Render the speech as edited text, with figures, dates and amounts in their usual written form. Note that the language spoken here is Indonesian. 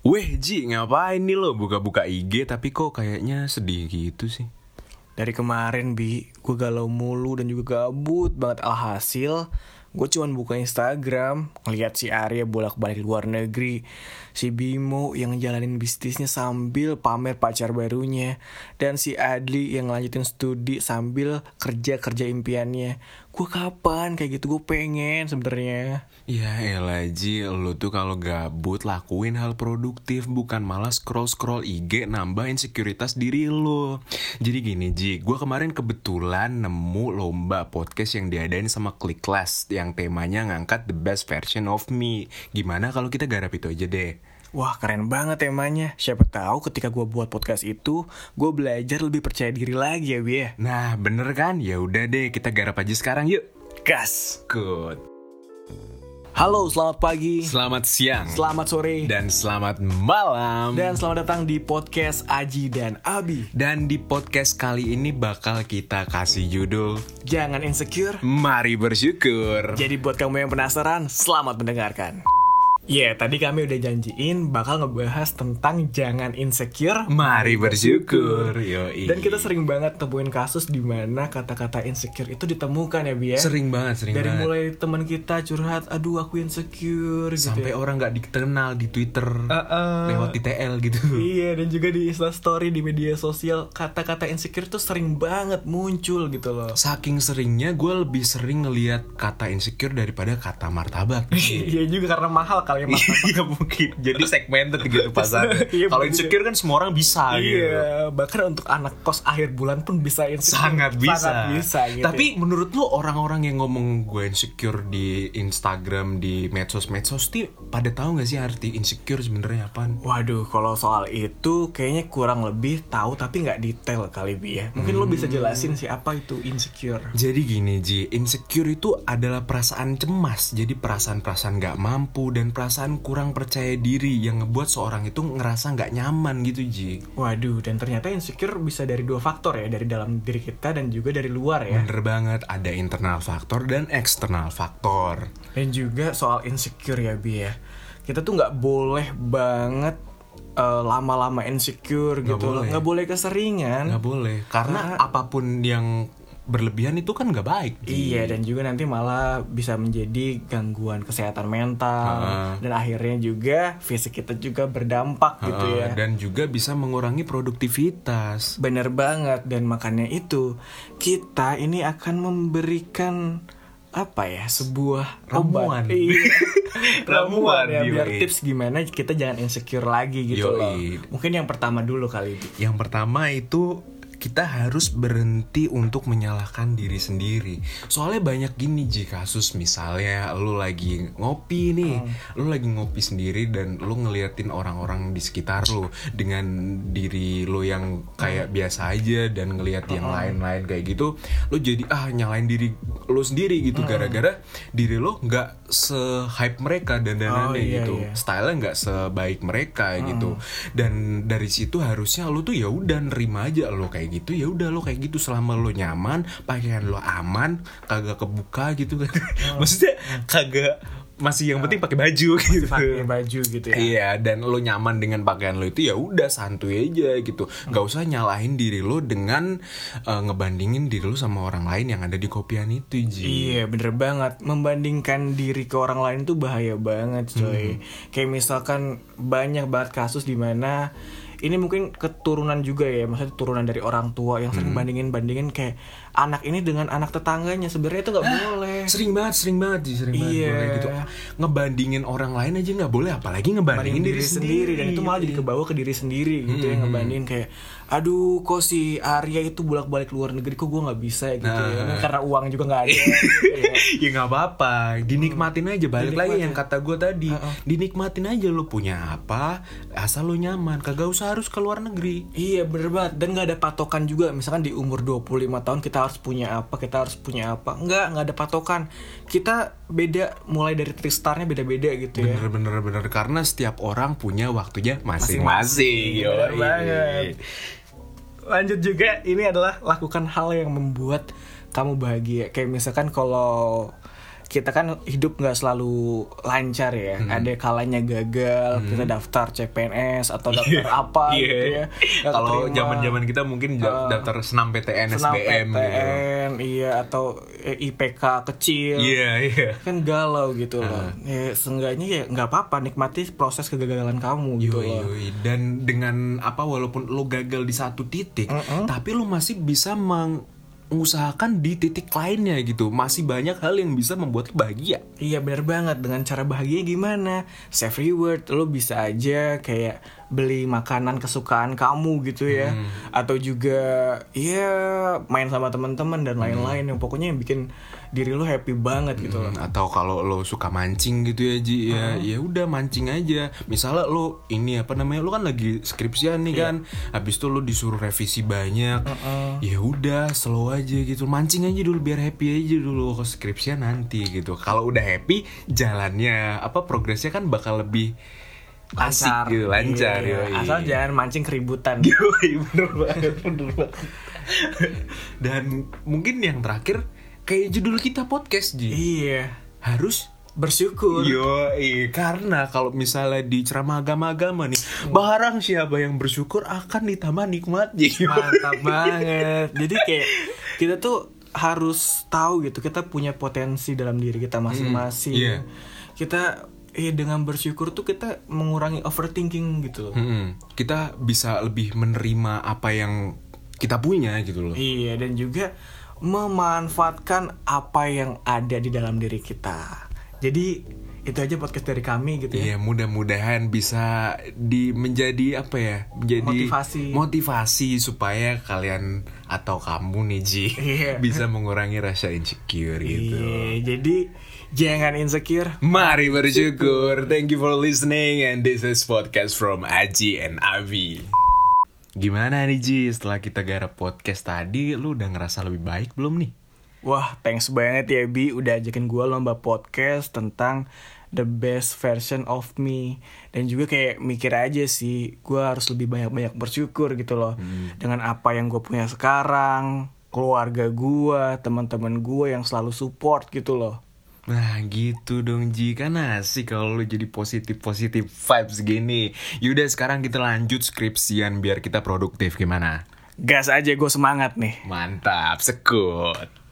Weh Ji, ngapain nih lo buka-buka IG tapi kok kayaknya sedih gitu sih? Dari kemarin gue galau mulu dan juga gabut banget. Alhasil gue cuman buka Instagram, ngeliat si Arya bolak-balik luar negeri, si Bimo yang ngejalanin bisnisnya sambil pamer pacar barunya, dan si Adli yang ngelanjutin studi sambil kerja impiannya. Gue kapan kayak gitu, gue pengen sebenarnya. Ya elah Ji, lo tuh kalau gabut lakuin hal produktif, bukan malah scroll-scroll IG nambah insekuritas diri lo. Jadi gini Ji, gue kemarin kebetulan nemu lomba podcast yang diadain sama Clickclass yang temanya ngangkat the best version of me. Gimana kalau kita garap itu aja deh? Wah, keren banget temanya. Siapa tahu ketika gue buat podcast itu, gue belajar lebih percaya diri lagi ya, Bi ya. Nah, bener kan? Ya udah deh, kita garap aja sekarang yuk. Gas. Good. Halo, selamat pagi. Selamat siang. Selamat sore. Dan selamat malam. Dan selamat datang di podcast Aji dan Abi. Dan di podcast kali ini bakal kita kasih judul Jangan insecure, Mari Bersyukur. jadi buat kamu yang penasaran, selamat mendengarkan. Tadi kami udah janjiin bakal ngebahas tentang jangan insecure, Mari bersyukur. Yoi. Dan kita sering banget temuin kasus di mana kata-kata insecure itu ditemukan ya, Bi ya. Sering banget. Dari mulai teman kita curhat, aduh aku insecure gitu. Sampai ya. orang gak dikenal di Twitter, lewat TTL gitu. Iya, dan juga di Instastory, di media sosial, kata-kata insecure tuh sering banget muncul gitu loh. Saking seringnya gue lebih sering ngelihat kata insecure daripada kata martabak. Iya juga karena mahal kali ya martabak. Iya mungkin. Jadi segmented gitu pasarnya. Iya, Kalau bener. insecure kan semua orang bisa gitu. Iya, bahkan untuk anak kos akhir bulan pun bisa insecure. Sangat bisa gitu. Tapi menurut lu orang-orang yang ngomong gue insecure di Instagram, di medsos tuh pada tahu gak sih arti insecure sebenarnya apaan? Waduh, kalau soal itu kayaknya kurang lebih tahu tapi nggak detail kali, Bi ya. Mungkin lo bisa jelasin sih apa itu insecure. Jadi gini Ji, insecure itu adalah perasaan cemas. Jadi perasaan-perasaan gak mampu dan perasaan kurang percaya diri yang ngebuat seorang itu ngerasa gak nyaman gitu Ji. Waduh, dan ternyata insecure bisa dari dua faktor ya, dari dalam diri kita dan juga dari luar ya. Bener banget, ada internal faktor dan eksternal faktor. Dan juga soal insecure ya, Bi ya. Kita tuh nggak boleh banget lama-lama insecure gitu loh. Nggak boleh keseringan. Nggak boleh, karena apapun yang berlebihan itu kan nggak baik. Iya, dan juga nanti malah bisa menjadi gangguan kesehatan mental. Dan akhirnya juga fisik kita juga berdampak gitu ya. Dan juga bisa mengurangi produktivitas. Bener banget, dan makanya itu kita ini akan memberikan apa ya, sebuah ramuan. Obat. Iya. Ramuan ya, biar yoi. tips gimana kita jangan insecure lagi gitu Yoi. loh. Mungkin yang pertama dulu kali. Yang pertama itu kita harus berhenti untuk menyalahkan diri sendiri. Soalnya banyak gini Ji kasus, misalnya lu lagi ngopi nih, lu lagi ngopi sendiri dan lu ngeliatin orang-orang di sekitar lu dengan diri lu yang kayak biasa aja dan ngeliat yang lain-lain kayak gitu, lu jadi nyalain diri lu sendiri gitu gara-gara diri lu nggak se-hype mereka dan gitu, stylenya nggak sebaik mereka gitu. Dan dari situ harusnya lu tuh ya udah nerima aja lo kayak gitu, ya udah lo kayak gitu selama lo nyaman, pakaian lo aman, kagak kebuka gitu kan. Maksudnya kagak, masih yang penting pakai baju gitu. Pakai baju gitu ya. Iya, dan lo nyaman dengan pakaian lo itu ya udah santuy aja gitu. Gak usah nyalahin diri lo dengan ngebandingin diri lo sama orang lain yang ada di kopian itu Ji. Iya, bener banget. Membandingkan diri ke orang lain tuh bahaya banget coy. Kayak misalkan banyak banget kasus di mana ini mungkin keturunan juga ya, maksudnya turunan dari orang tua yang sering bandingin kayak anak ini dengan anak tetangganya. Sebenarnya itu nggak boleh. Sering banget boleh gitu. Ngebandingin orang lain aja nggak boleh, apalagi ngebandingin diri sendiri. Dan itu malah jadi kebawa ke diri sendiri gitu ya, ngebandingin kayak, aduh kok si Arya itu bolak-balik luar negeri, kok gue nggak bisa gitu ya, karena uang juga nggak ada. Ya nggak apa-apa, dinikmatin aja. Balik lagi yang kata gue tadi, dinikmatin aja. Lo punya apa, asal lo nyaman, kagak usah harus ke luar negeri. Iya bener banget. Dan gak ada patokan juga. Misalkan di umur 25 tahun kita harus punya apa, Nggak ada patokan. Kita beda, mulai dari startnya beda-beda gitu ya. Bener. Karena setiap orang punya waktunya masing-masing. Bener banget. Lanjut juga, ini adalah lakukan hal yang membuat kamu bahagia. Kayak misalkan kalau kita kan hidup nggak selalu lancar ya. Ada kalanya gagal, kita daftar CPNS atau daftar apa gitu ya. Nggak Kalau keterima. zaman-zaman kita mungkin daftar senam PTN, Senam SBM gitu. PTN, iya, atau IPK kecil. Iya. Kan galau gitu loh. Ya seenggaknya ya nggak apa-apa, nikmati proses kegagalan kamu gitu loh. Yoi. Dan dengan walaupun lo gagal di satu titik, tapi lo masih bisa mengusahakan di titik lainnya gitu. Masih banyak hal yang bisa membuat lo bahagia. Iya benar banget. Dengan cara bahagia gimana? Save reward. Lo bisa aja kayak beli makanan kesukaan kamu gitu ya. Atau juga ya main sama teman-teman dan lain-lain. Yang pokoknya yang bikin diri lo happy banget gitu loh. Atau kalau lo suka mancing gitu ya Ji, ya udah mancing aja. Misalnya lo lo kan lagi skripsian nih kan, habis itu lo disuruh revisi banyak, ya udah slow aja gitu, mancing aja dulu biar happy aja dulu ke skripsian nanti gitu. Kalau udah happy, jalannya progresnya kan bakal lebih asik gitu, lancar. Iya. Yoi. Asal jangan mancing keributan. Yoi, bener banget. Dan mungkin yang terakhir kayak judul kita podcast Ji, Iya. harus Bersyukur. karena kalau misalnya di ceramah agama-agama nih, barang siapa yang bersyukur akan ditambah nikmat. Mantap banget. Jadi kayak kita tuh harus tahu gitu, kita punya potensi dalam diri kita masing-masing. Iya. Kita dengan bersyukur tuh kita mengurangi overthinking gitu loh. Kita bisa lebih menerima apa yang kita punya gitu loh. Iya, dan juga memanfaatkan apa yang ada di dalam diri kita. Jadi itu aja podcast dari kami gitu ya. Iya, mudah-mudahan bisa menjadi menjadi motivasi supaya kalian atau kamu nih Ji bisa mengurangi rasa insecure gitu. Iya, jadi jangan insecure. Mari bersyukur. Thank you for listening and this is podcast from Aji and Avi. Gimana nih Ji, setelah kita garap podcast tadi, lu udah ngerasa lebih baik belum nih? Wah, thanks banget ya Bi udah ajakin gue lomba podcast tentang the best version of me. Dan juga kayak mikir aja sih, gue harus lebih banyak-banyak bersyukur gitu loh. Dengan apa yang gue punya sekarang, keluarga gue, teman-teman gue yang selalu support gitu loh. Nah gitu dong Ji, kan asik kalau lu jadi positif vibes gini. Yaudah sekarang kita lanjut skripsian biar kita produktif, gimana? Gas aja, gue semangat nih. Mantap, sekut.